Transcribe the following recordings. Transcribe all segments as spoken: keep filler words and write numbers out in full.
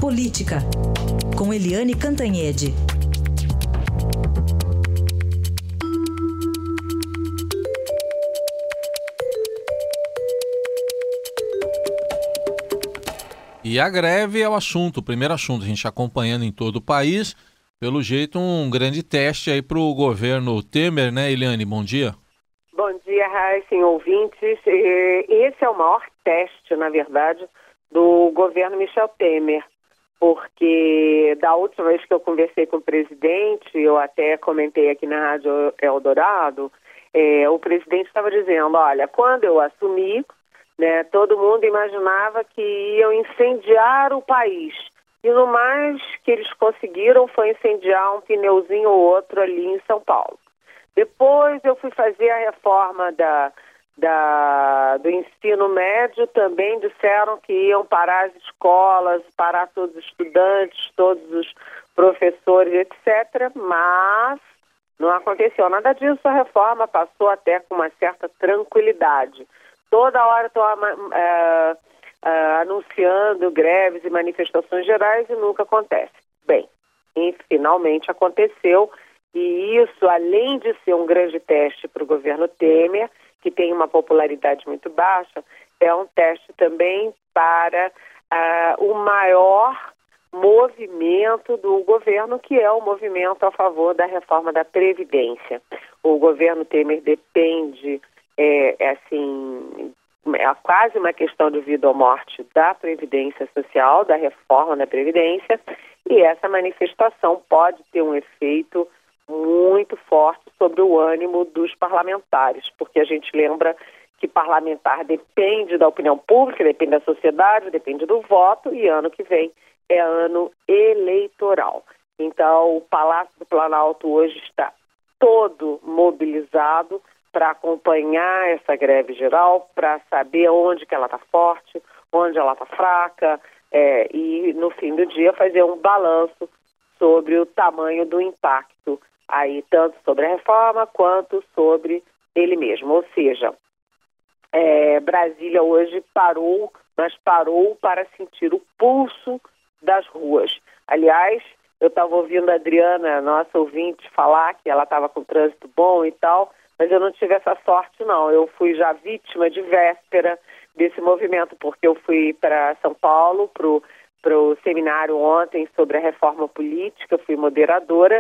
Política, com Eliane Cantanhede. E a greve é o assunto, o primeiro assunto, a gente acompanhando em todo o país. Pelo jeito, um grande teste aí para o governo Temer, né, Eliane? Bom dia. Bom dia, Raíssen, ouvintes. Esse é o maior teste, na verdade, do governo Michel Temer, porque da última vez que eu conversei com o presidente, eu até comentei aqui na Rádio Eldorado, é, o presidente estava dizendo, olha, quando eu assumi, né, todo mundo imaginava que iam incendiar o país. E no mais que eles conseguiram foi incendiar um pneuzinho ou outro ali em São Paulo. Depois eu fui fazer a reforma da, da, do ensino médio, também disseram que iam parar as escolas, parar todos os estudantes, todos os professores, etcétera. Mas não aconteceu nada disso, a reforma passou até com uma certa tranquilidade. Toda hora estou é, é, anunciando greves e manifestações gerais e nunca acontece. Bem, e finalmente aconteceu. E isso, além de ser um grande teste para o governo Temer, que tem uma popularidade muito baixa, é um teste também para uh, o maior movimento do governo, que é o movimento a favor da reforma da Previdência. O governo Temer depende, é, é assim, é quase uma questão de vida ou morte da Previdência Social, da reforma da Previdência, e essa manifestação pode ter um efeito muito forte sobre o ânimo dos parlamentares, porque a gente lembra que parlamentar depende da opinião pública, depende da sociedade, depende do voto, e ano que vem é ano eleitoral. Então, o Palácio do Planalto hoje está todo mobilizado para acompanhar essa greve geral, para saber onde que ela está forte, onde ela está fraca, é, e no fim do dia fazer um balanço sobre o tamanho do impacto aí, tanto sobre a reforma quanto sobre ele mesmo. Ou seja, é, Brasília hoje parou, mas parou para sentir o pulso das ruas. Aliás, eu estava ouvindo a Adriana, nossa ouvinte, falar que ela estava com trânsito bom e tal, mas eu não tive essa sorte, não. Eu fui já vítima de véspera desse movimento, porque eu fui para São Paulo, para o seminário ontem sobre a reforma política, fui moderadora,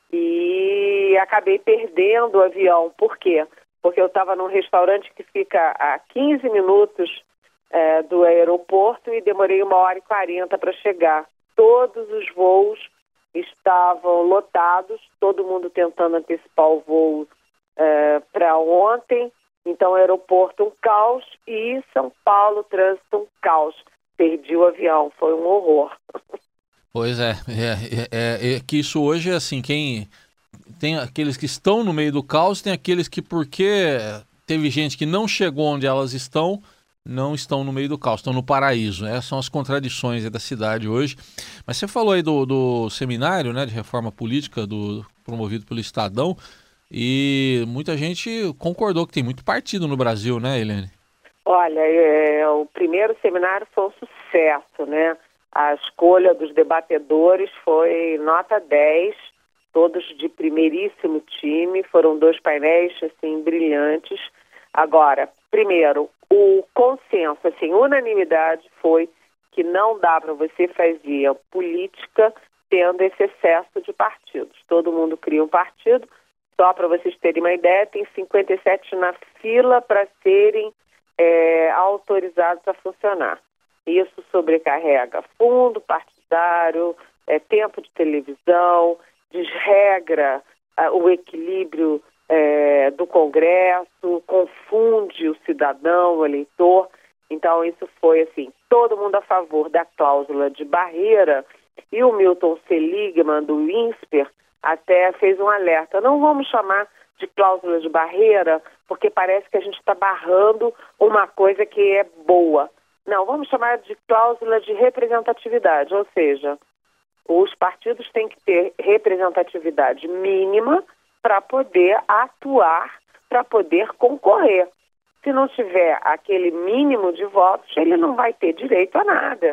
e acabei perdendo o avião. Por quê? Porque eu estava num restaurante que fica a quinze minutos é, do aeroporto e demorei uma hora e quarenta para chegar. Todos os voos estavam lotados, todo mundo tentando antecipar o voo é, para ontem. Então, o aeroporto um caos e São Paulo, trânsito um caos. Perdi o avião, foi um horror. Pois é, é, é, é que isso hoje é assim, quem tem aqueles que estão no meio do caos, tem aqueles que, porque teve gente que não chegou onde elas estão, não estão no meio do caos, estão no paraíso. Essas são as contradições da cidade hoje. Mas você falou aí do, do seminário, né, de reforma política do, promovido pelo Estadão, e muita gente concordou que tem muito partido no Brasil, né, Eliane? Olha, é, o primeiro seminário foi um sucesso, né? A escolha dos debatedores foi nota dez, todos de primeiríssimo time, foram dois painéis assim, brilhantes. Agora, primeiro, o consenso, assim, unanimidade foi que não dá para você fazer política tendo esse excesso de partidos. Todo mundo cria um partido, só para vocês terem uma ideia, tem cinquenta e sete na fila para serem é, autorizados a funcionar. Isso sobrecarrega fundo partidário, é, tempo de televisão, desregra é, o equilíbrio é, do Congresso, confunde o cidadão, o eleitor. Então, isso foi assim, todo mundo a favor da cláusula de barreira, e o Milton Seligman, do INSPER, até fez um alerta. Não vamos chamar de cláusula de barreira, porque parece que a gente está barrando uma coisa que é boa. Não, vamos chamar de cláusula de representatividade, ou seja, os partidos têm que ter representatividade mínima para poder atuar, para poder concorrer. Se não tiver aquele mínimo de votos, ele não vai ter direito a nada.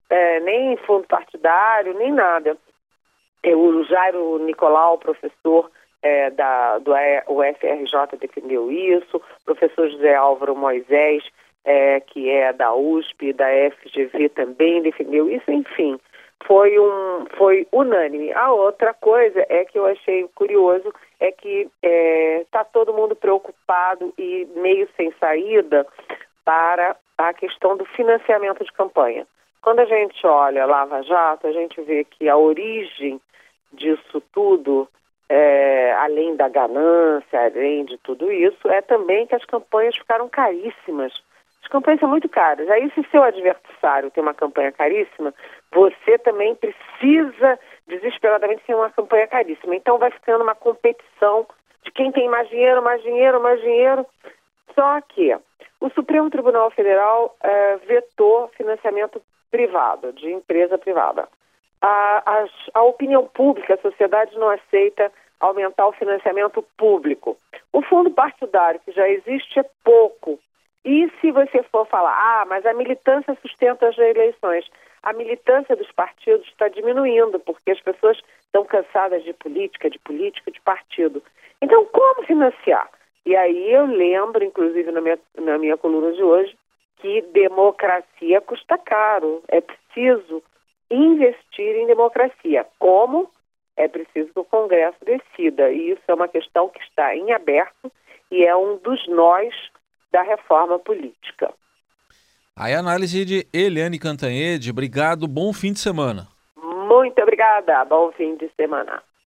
é, nem fundo partidário, nem nada. O Jairo Nicolau, professor é, da, do U F R J, defendeu isso, o professor José Álvaro Moisés, é, que é da U S P, da F G V, também defendeu isso, enfim, foi, um, foi unânime. A outra coisa é que eu achei curioso, é que está é, todo mundo preocupado e meio sem saída para a questão do financiamento de campanha. Quando a gente olha Lava Jato, a gente vê que a origem disso tudo, é, além da ganância, além de tudo isso, é também que as campanhas ficaram caríssimas. As campanhas são muito caras. Aí, se seu adversário tem uma campanha caríssima, você também precisa desesperadamente ter uma campanha caríssima. Então, vai ficando uma competição de quem tem mais dinheiro, mais dinheiro, mais dinheiro. Só que o Supremo Tribunal Federal é, vetou financiamento privado, de empresa privada. A, a, a opinião pública, a sociedade não aceita aumentar o financiamento público. O fundo partidário, que já existe, é pouco. E se você for falar, ah, mas a militância sustenta as eleições, a militância dos partidos está diminuindo, porque as pessoas estão cansadas de política, de política, de partido. Então, como financiar? E aí eu lembro, inclusive na minha, na minha coluna de hoje, que democracia custa caro. É preciso investir em democracia. Como? É preciso que o Congresso decida. E isso é uma questão que está em aberto e é um dos nós da reforma política. Aí a análise de Eliane Cantanhede. Obrigado, bom fim de semana. Muito obrigada, bom fim de semana.